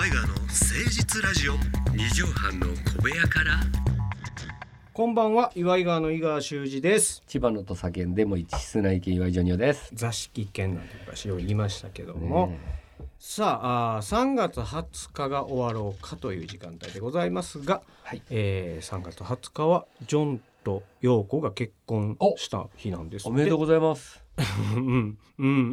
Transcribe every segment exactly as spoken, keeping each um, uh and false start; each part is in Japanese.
岩井川の誠実ラジオ。 二畳半の小部屋から。 こんばんは、岩井川の井川修司です。 千葉の土佐県でも一室内県岩井ジョニオです。 座敷県なんて昔を言いましたけども、ね、さあ、あさんがつはつかが終わろうかという時間帯でございますが、はい、えー、さんがつはつかはジョンとヨーコが結婚した日なんです。 おめでとうございます。 うんうんうんうん。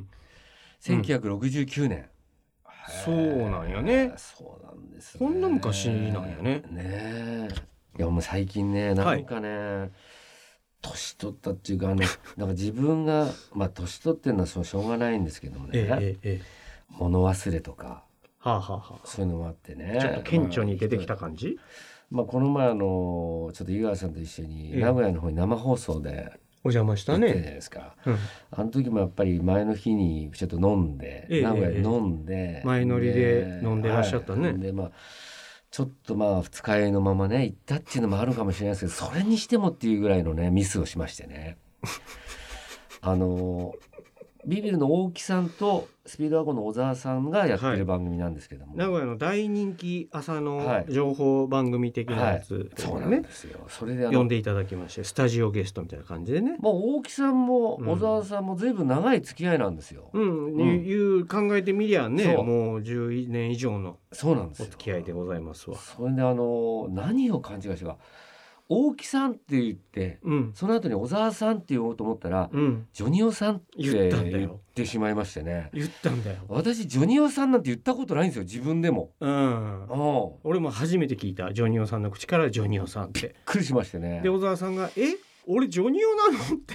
せんきゅうひゃくろくじゅうきゅうねん、うん、 そうなんやね。 そうなんですね。 こんな昔なんやね。 ねえ。いやもう最近ね、なんかね、はい、年取ったっていうか、あのなんか自分がまあ年取ってるのはそうしょうがないんですけどもね、ええええ、物忘れとか、はあはあはあ、そういうのもあってね、 ちょっと顕著に出てきた感じ。 まあ、この前あのちょっと井川さんと一緒に名古屋の方に生放送でお邪魔したね。 じゃないですか、うん、あの時もやっぱり前の日にちょっと飲んで、ええ、名古屋で飲んで、ええ、 前乗りで飲んでらっしゃったね。 はい、でまあちょっとまあ二日酔いのままね行ったっていうのもあるかもしれないですけど、それにしてもっていうぐらいのねミスをしましてねあのビビるの大木さんとスピードワゴンの小沢さんがやってる番組なんですけども、 はい、名古屋の大人気朝の情報番組的なやつ、ね、はいはい、 そうなんですよ。それであの呼んでいただきまして、スタジオゲストみたいな感じでね、 もう大木さんも小沢さんも随分長い付き合いなんですよ、 うんうん、いう考えてみりゃね、もうじゅうねん以上のお付き合いでございますわ。 それであの何を勘違いしたか、大木さんって言って、うん、その後に小沢さんって言おうと思ったら、うん、ジョニオさんって言ってしまいましてね。 言ったんだよ。 私ジョニオさんなんて言ったことないんですよ、自分でも、うん、 俺も初めて聞いた、ジョニオさんの口からジョニオさんって。びっくりしましてね。 で小沢さんがえ俺ジョニオなのって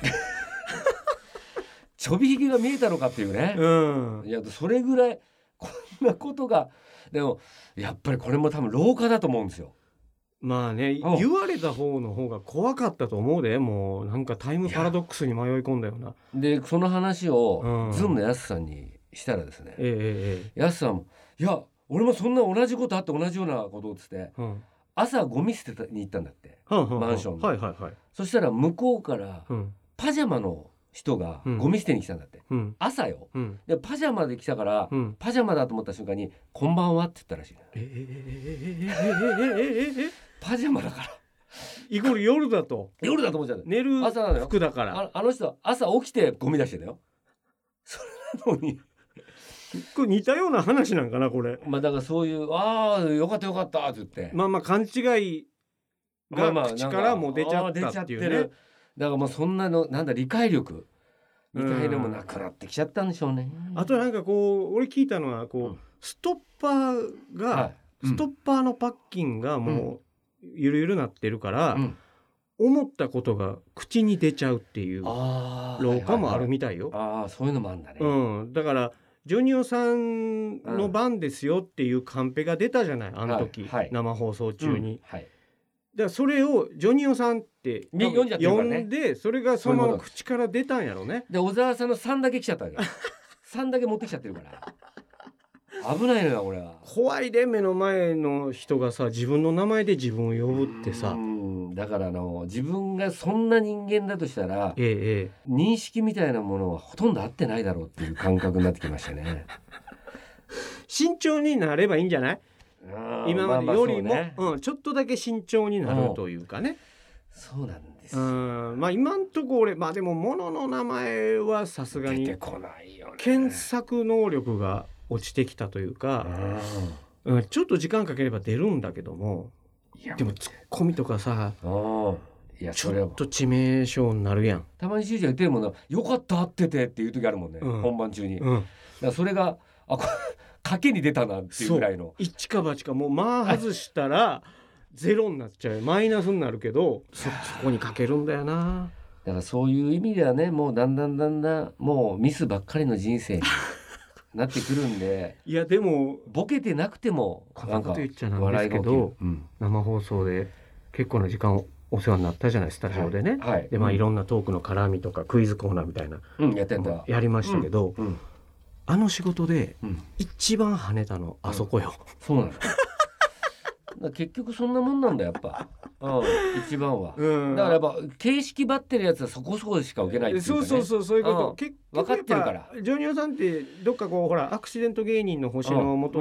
ちょびひげが見えたのかっていうね、うん、いやそれぐらいこんなことが。でもやっぱりこれも多分老化だと思うんですよ。まあね、言われた方の方が怖かったと思うで、もうなんかタイムパラドックスに迷い込んだような。でその話を、うん、ズンのやすさんにしたらですね、ええ、やすさんもいや俺もそんな同じことあって同じようなことっつって、うん、朝ゴミ捨てに行ったんだって、うん、マンションで、はいはいはい、そしたら向こうから、うん、パジャマの人がゴミ捨てに来たんだって、うん、朝よ、うん、でパジャマで来たから、うん、パジャマだと思った瞬間にこんばんはって言ったらしい、ね、ええええええええええパジャマだからイコール夜だと夜だと思っちゃう。 寝る服だから。 あ, あの人は朝起きてゴミ出してたよ。それなのにこれ似たような話なんかなこれ。 まあだからそういうああよかったよかったって言って、 まあまあ勘違いが口からも出ちゃったっていうね、まあまあ、 だからもうそんなのなんだ理解力みたいのもなくなってきちゃったんでしょうね。 あとなんかこう俺聞いたのはこう、うん、ストッパーが、はい、ストッパーのパッキンがもうゆるゆるなってるから、うん、思ったことが口に出ちゃうっていう老化もあるみたいよ。 あ、はいはいはい、あそういうのもあるんだね、 うん、だからジョニオさんの番ですよっていうカンペが出たじゃないあの時、はいはい、生放送中に、うんはい、だからそれをジョニオさんって読んじゃってるからね、読んでそれがそのまま口から出たんやろね。 で小沢さんのさんだけ来ちゃったわけさんだけ持ってきちゃってるから危ないのよ俺は。 怖いで、目の前の人がさ自分の名前で自分を呼ぶってさ。 うんだからあの自分がそんな人間だとしたら、ええ、認識みたいなものはほとんど合ってないだろうっていう感覚になってきましたね慎重になればいいんじゃない？今までよりも、まあまあね、うん、ちょっとだけ慎重になるというかね。 そうなんですよ。 うんまあ今んとこ俺まあでも物の名前はさすがに出てこないよね。 検索能力が落ちてきたというか、うん、ちょっと時間かければ出るんだけども、いやでもツッコミとかさいやちょっと致命傷になるやん。 たまにシュウジが言ってるもんな、よかった合っててっていう時あるもんね、うん、本番中に、うん、だからそれがあ賭けに出たなっていうぐらいの一か八かもうまあ外したらゼロになっちゃうマイナスになるけど そ, そこにかけるんだよな。 だからそういう意味ではねもうだんだんだんだんもうミスばっかりの人生になってくるんでいやでもボケてなくてもなんか笑いが起きる、うん、生放送で結構な時間お世話になったじゃないスタジオでね、はいはい、でまあいろんなトークの絡みとかクイズコーナーみたいな、うん、やってたやりましたけど、うんうん、あの仕事で一番跳ねたの、うん、あそこよ、 うん、そうなの結局そんなもんなんだやっぱ、うん、一番は、うん、だからやっぱ形式ばってるやつはそこそこしか受けないっていうか、ね、 そうそうそうそういうこと、うん、結分かってるからジョニオさんってどっかこうほらアクシデント芸人の星の元に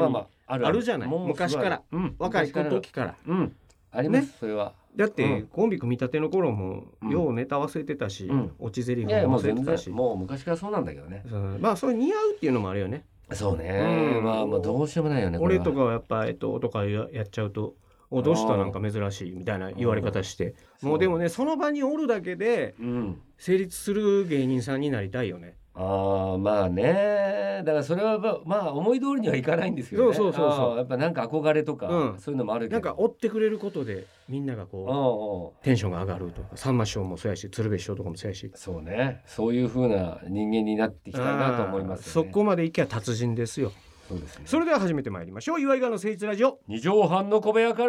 あるあるじゃない、昔から、うん、若い時から、 うん、あります、ね、それはだって、うん、コンビ組み立ての頃も、うん、ようネタ忘れてたし、うん、落ちゼリフも忘れてたし、 もうもう昔からそうなんだけどね、 うん、まあそれ似合うっていうのもあるよね。 そうね、うん、まあまあどうしようもないよね。 俺とかはやっぱえっととか や, やっちゃうとおどしたなんか珍しいみたいな言われ方して、もうでもねその場におるだけで成立する芸人さんになりたいよね。 ああまあね、だからそれはまあ思い通りにはいかないんですけどね。 そうそうそうそう、 やっぱなんか憧れとか、うん、そういうのもあるけど、 なんか追ってくれることでみんながこうテンションが上がるとか、さんま師匠もそうやし鶴瓶師匠とかもそうやし、 そうね、そういう風な人間になっていきたいなと思いますよね。 そこまでいけば達人ですよ。 そうですね。 それでは始めてまいりましょう。岩井川の誠実ラジオ二畳半の小部屋から。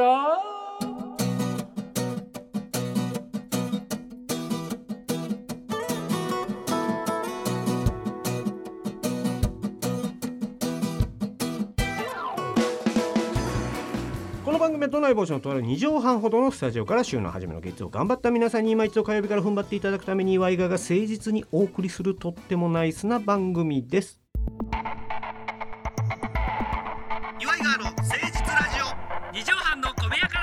この番組は都内某所のとあるに畳半ほどのスタジオから週の初めの月曜頑張った皆さんに今一度火曜日から踏ん張っていただくために岩井川が誠実にお送りするとってもナイスな番組です。 岩井川の誠実ラジオ二畳半の小部屋から。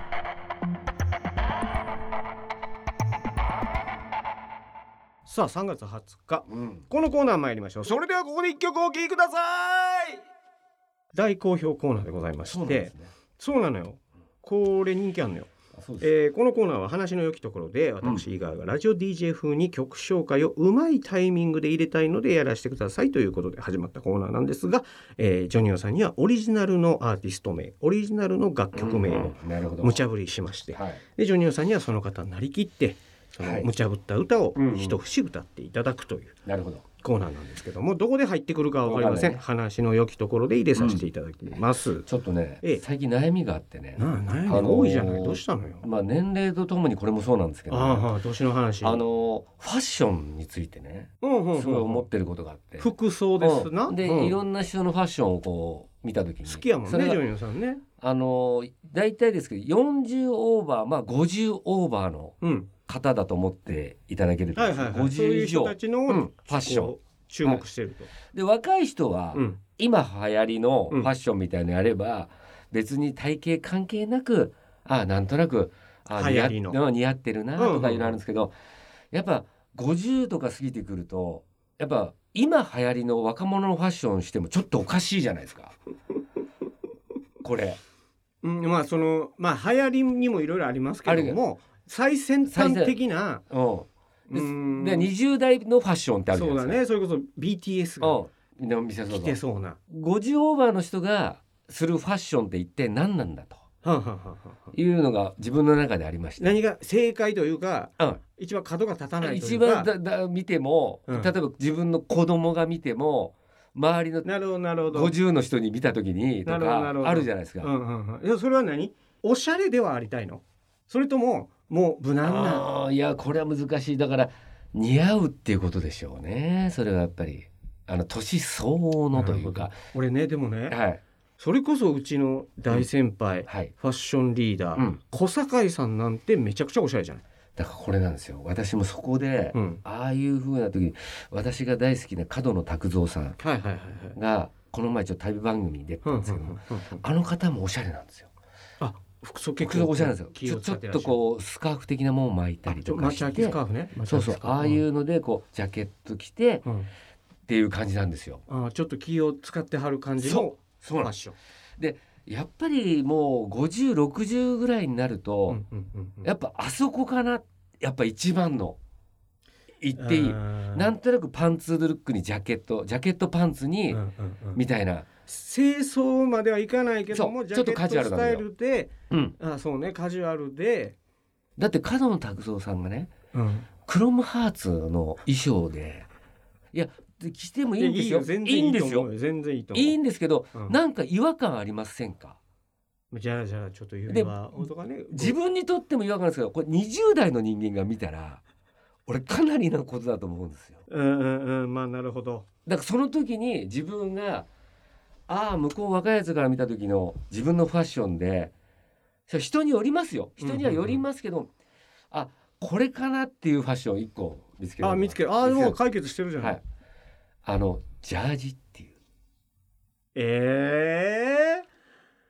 さあさんがつはつか、うん、このコーナー参りましょう。それではここでいっきょくお聴きください。大好評コーナーでございまして、そうなんですね。そうなのよ、これ人気あんのよ。えー、このコーナーは話の良きところで私井川がラジオ ディージェー 風に曲紹介をうまいタイミングで入れたいのでやらせてくださいということで始まったコーナーなんですが、えー、ジョニオさんにはオリジナルのアーティスト名、オリジナルの楽曲名を無茶ぶりしまして、はい、でジョニオさんにはその方になりきってその無茶ぶった歌を一節歌っていただくという、 なるほどコーナーなんですけども、どこで入ってくるか分かりません、ね、話の良きところで入れさせていただきます、うん、 ちょっとね、ええ、最近悩みがあってね。 な悩みが多いじゃない、あのー、どうしたのよ。 まあ年齢とともにこれもそうなんですけど、ね、 ああ年の話、 あのー、ファッションについてね、うんうんうんうん、すごい思ってることがあって、 服装ですな、 うん、で、うん、いろんな人のファッションをこう見た時に好きやもんね、ジョニオさんね。 あのー、大体ですけどよんじゅうオーバー、まあごじゅうオーバーの方だと思っていただけると、うん、はいはいはい、ごじゅう以上そういう人たちの、うん、ファッション注目してると、はい、 で若い人は、うん、今流行りのファッションみたいなのやれば、うん、別に体型関係なく、あなんとなくあ流行りの似合ってるなとかいうのあるんですけど、うんうんうん、やっぱごじゅうとか過ぎてくるとやっぱ今流行りの若者のファッションしてもちょっとおかしいじゃないですかこれ、 うん、まあそのまあ流行りにもいろいろありますけども最先端的な、うんででにじゅう代のファッションってあるじゃないですか。 そうだね、それこそ ビーティーエス が着てそうなごじゅうオーバーの人がするファッションって一体何なんだというのが自分の中でありました。 何が正解というか、うん、一番角が立たないというか、 一番だだ見ても、うん、例えば自分の子供が見ても周りのごじゅうの人に見た時にとかあるじゃないですか、うんうんうん、いやそれは何おしゃれではありたいの、それとももう無難な。 あいやこれは難しい。だから似合うっていうことでしょうね。それはやっぱりあの年相応のというか。 俺ねでもね、はい、それこそうちの大先輩、うんはい、ファッションリーダー、うん、小堺さんなんてめちゃくちゃおしゃれじゃない。 だからこれなんですよ。私もそこで、うん、ああいう風な時に私が大好きな角野卓造さんがこの前ちょっと旅番組に出たんですけど、あの方もおしゃれなんですよ。 あ服装結構おしゃれなんですよ。ちょっとこうスカーフ的なものを巻いたりとかして、マチャキスカーフね、そうそう、ああいうのでこうジャケット着て、うん、っていう感じなんですよ。 あちょっと気を使ってはる感じのファッションで、やっぱりもうごじゅうろくじゅうぐらいになると、うんうんうんうん、やっぱあそこかな、やっぱ一番の言っていい、なんとなくパンツルックにジャケットジャケットパンツに、うんうんうん、みたいな清掃まではいかないけどもジャケットスタイルで、うん、あそうねカジュアルで。 だって角野卓造さんがね、うん、クロムハーツの衣装でいや着てもいいんですよ。 全然いいんですよ。全然いいと思う。 いいんですけど、うん、なんか違和感ありませんか。 じゃあじゃあちょっと指輪とかね。 自分にとっても違和感ですけど、これにじゅう代の人間が見たら俺かなりなことだと思うんですよ。 うんうんうん、まあなるほど。 だからその時に自分がああ向こう若いやつから見た時の自分のファッションで、人によりますよ。人にはよりますけど、うんうんうん、あこれかなっていうファッションいっこ見つける。 あ見つける。あもう解決してるじゃない。はい、 あのジャージっていう。 え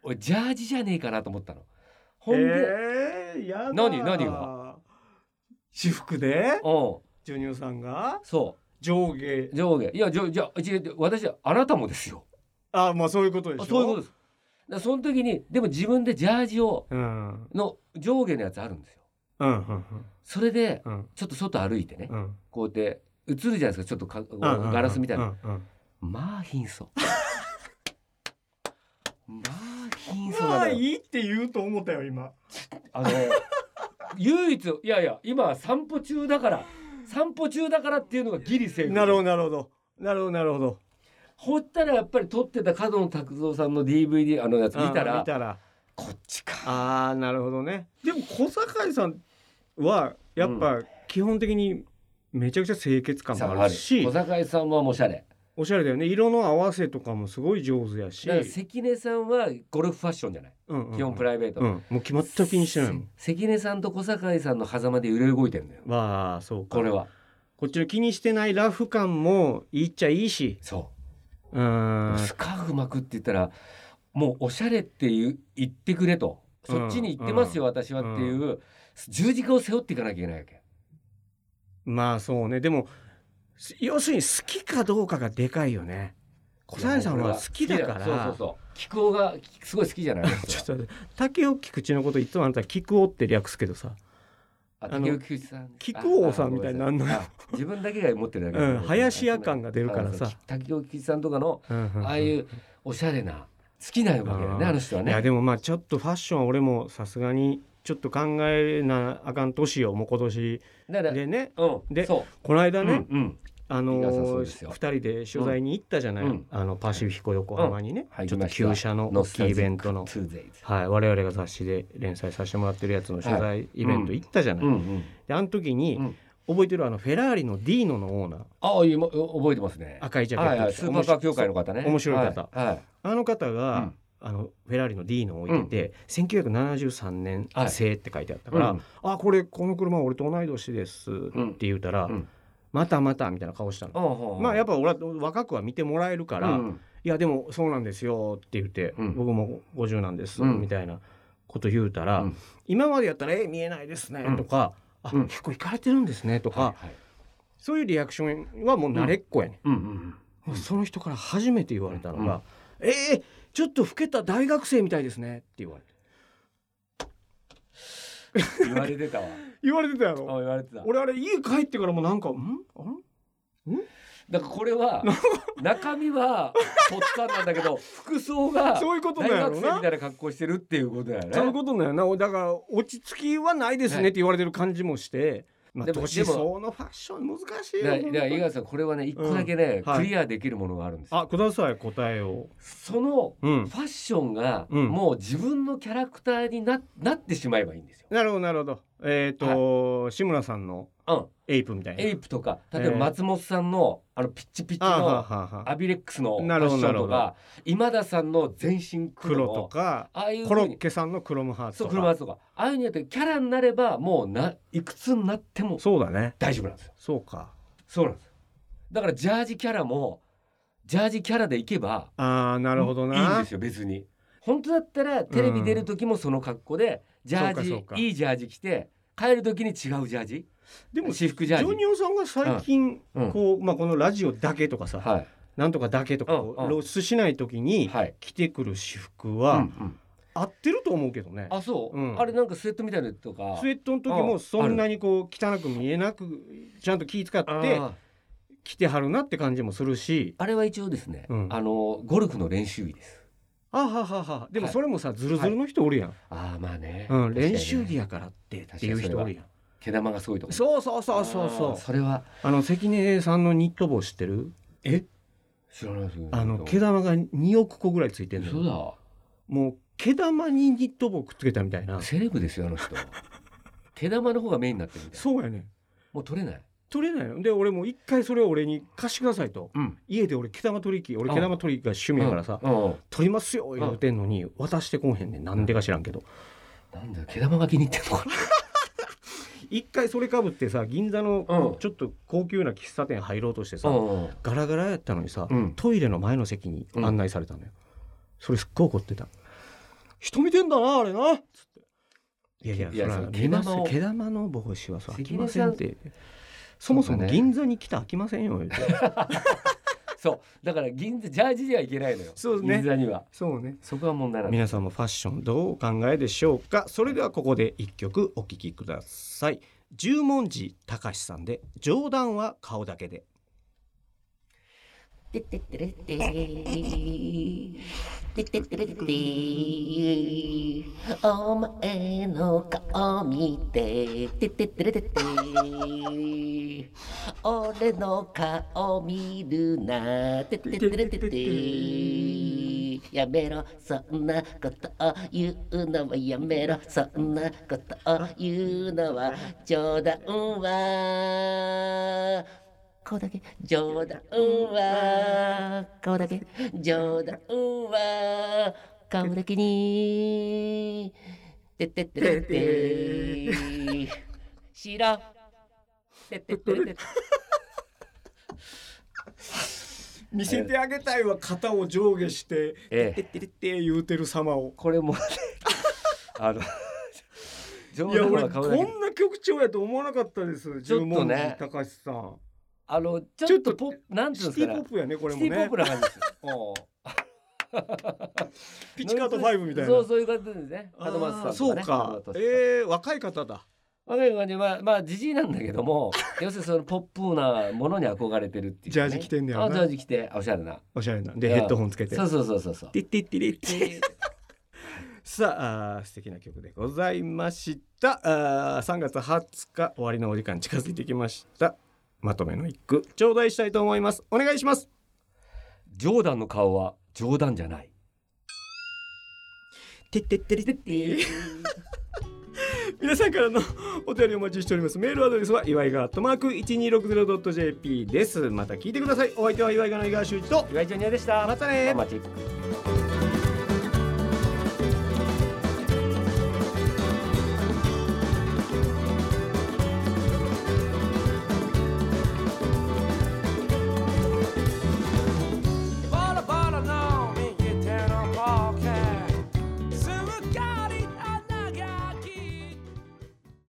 俺ジャージじゃねえかなと思ったの。ほんで、 えー、やだ何何が私服でうんジョニオさんがそう上下上下いやじゃじゃ私はあなたもですよ。 あまあそういうことでしょ。 そういうことです。だその時にでも自分でジャージを、 うん、 の上下のやつあるんですよ、うんうんうん、それで、うん、ちょっと外歩いてね、うん、こうやって映るじゃないですかちょっとか、うん、ガラスみたいな、うんうん、まあ貧相まあ貧相だよ。まあいいって言うと思ったよ今。 あの唯一いやいや今は散歩中だから散歩中だからっていうのがギリセーフ。 なるほどなるほどなるほどなるほど。 ほったらやっぱり撮ってた角野卓造さんの ディーブイディー あのやつ見たら見たらこっちか。 ああなるほどね。でも小堺さんはやっぱ基本的にめちゃくちゃ清潔感もあるし、 うん、小堺さんはおしゃれおしゃれだよね。色の合わせとかもすごい上手やし。 だから関根さんはゴルフファッションじゃない、うんうんうん、基本プライベート、うん、 もう決まった気にしてないもん。 関根さんと小堺さんの狭間で揺れ動いてるんだよ。 わあそうか。 これはこっちの気にしてないラフ感もいいっちゃいいし。 そううんスカーフ巻くって言ったらもうおしゃれって言ってくれとそっちに行ってますよ、うん、私はっていう、うん、十字架を背負っていかなきゃいけないわけ。 まあそうね。でも要するに好きかどうかがでかいよね。小堺さんは好きだから。 そうそうそう菊男がすごい好きじゃないちょっと竹尾菊池のこといつもあんた菊男って略すけどさあの菊王さんみたいになるのよ。 自分だけが持ってるだけ、 うん、林家感が出るからさ滝尾吉さんとかのああいうおしゃれな好きなわけだよねあの人はね。 いやでもまあちょっとファッションは俺もさすがにちょっと考えなあかん年よもう今年でね、うん、でこの間ね、うんうんあのー、ふたりで取材に行ったじゃない、うん、あのパシフィコ横浜にね、うん、ちょっと旧車の大きいイベントの、はい、我々が雑誌で連載させてもらってるやつの取材イベント行ったじゃない、はいうん、であの時に、うん、覚えてるあのフェラーリのディーノのオーナーああ今覚えてますね。 赤いジャケット、はいはい、 スーパーカー協会の方ね面白い方、 はいはい、 あの方が、うんあのフェラーリのディーノを置いてて、うん、せんきゅうひゃくななじゅうさんねん製って書いてあったから、はいうん、あこれこの車俺と同い年ですって言うたら、うんうん、またまたみたいな顔したの、うん、まあやっぱ俺は若くは見てもらえるから、うん、いやでもそうなんですよって言って、うん、僕もごじゅうなんです、うん、みたいなこと言うたら、うん、今までやったらえ見えないですねとか、うん、あ結構行かれてるんですねとか、はいはい、そういうリアクションはもう慣れっこやね、うんうんうん、その人から初めて言われたのが、うん、えーちょっと老けた大学生みたいですねって言われて言われてたわ言われてたやろ。 言われてた。 俺あれ家帰ってからもなんかんあれんだからこれは中身はとっつぁんなんだけど服装が大学生みたいな格好してるっていうことだよね。 そういうことだよな。だから落ち着きはないですねって言われてる感じもして、はいまあ、年相のファッション難しいよ。 だから井川さんこれはね一個だけね、うん、クリアできるものがあるんですよ。 あください答えを。 そのファッションがもう自分のキャラクターに な, なってしまえばいいんですよ。 なるほどなるほど。えっ、ー、と、はい、志村さんのエイプみたいな、 エイプとか例えば松本さんの、えー、あのピッチピッチのアビレックスのファッションとか今田さんの全身 黒, 黒とかああいうコロッケさんのクロムハーツとかそうクロムハーツとかああいうのやってキャラになればもうないくつになってもそうだね大丈夫なんですよ。 そうかそうなんですよ。だからジャージキャラもジャージキャラでいけばあーなるほどな、 いいんですよ。別に本当だったらテレビ出る時もその格好で、うん、ジャージいいジャージ着て帰る時に違うジャージでも私服ジャージ。 ジョニオさんが最近、うんこうまあ、このラジオだけとかさ、はい、なんとかだけとかを露出しない時に着てくる私服は、はいうんうん、合ってると思うけどね。 あそう、うん、あれなんかスウェットみたいなとかスウェットの時もそんなにこう汚く見えなくちゃんと気使って着てはるなって感じもするし、 あれは一応ですね、うん、あのゴルフの練習着です。 あはははでもそれもさ、はい、ズルズルの人おるやん、はい、 あまあね、 うん、練習着やからってっていう人おるやん。 毛玉がすごいとか。 そうそうそうそうそう。 それはあの関根さんのニット帽知ってる？ え知らないです。 あの毛玉がにおくこぐらいついてるの。 そうだ。 もう毛玉にニット帽くっつけたみたいな。 セレブですよあの人。毛玉の方がメインになってるみたいな。 そうやね。 もう取れない。 取れないので俺も一回それを俺に貸してくださいと、うん、家で俺毛玉取り機俺毛玉取り機が趣味やからさ、うんうん、取りますよ言うてんのに渡してこんへんねん。なんでか知らんけど。 なんだ毛玉が気に入ってんのかな。 一回それかぶってさ銀座のちょっと高級な喫茶店入ろうとしてさ、うん、ガラガラやったのにさ、うん、トイレの前の席に案内されたのよ、うん、それすっごい怒ってた。 人見てんだなあれなつって、いやいやいやそら毛玉毛玉の帽子はさ飽きませんって、そもそも銀座に来た飽きませんよ言うてそうだから銀座ジャージではいけないのよ。そうね、銀座にはそうね、 そこは問題なんだ。 皆さんもファッションどうお考えでしょうか。それではここで一曲お聴きください。十文字隆さんで冗談は顔だけで。てってってれっててってってれってお前の顔見ててってってれって俺の顔見るなてってってれってやめろそんなことを言うのはやめろそんなことを言うのは冗談は顔だけ冗談は顔だけ冗談は顔だけにてってってれってしろてってってれって見せてあげたいわ、肩を上下しててってってれって言うてる様を。 これもあのいや俺こんな曲調やと思わなかったです。十文字隆さん、 あのちょっとポップなんていうんですかね、 シティポップやねこれもね。 シティポップな感じですよ。 ピチカートファイブみたいな。 そうそういう感じですね。門松さんとかね。 そうか。えー、若い方だ。 若い感じはまあジジイなんだけども、要するにそのポップなものに憧れてるっていう、ね。 ジャージ着てんねやな。 あジャージ着ておしゃれな。 おしゃれな。でヘッドホンつけて。 そうそうそうそうそう。 ティッティッティリッティ。さあ素敵な曲でございました。あさんがつはつか終わりのお時間近づいてきました。まとめの一句頂戴したいと思います。お願いします。 ジョーダンの顔は冗談じゃない。 てってってりてって皆さんからのお便りお待ちしております。メールアドレスは岩井がアットマーク いちにーろくゼロドットジェーピー です。また聞いてください。お相手は岩井がの井川修司と岩井ジョニオでした。 またね。 ママチック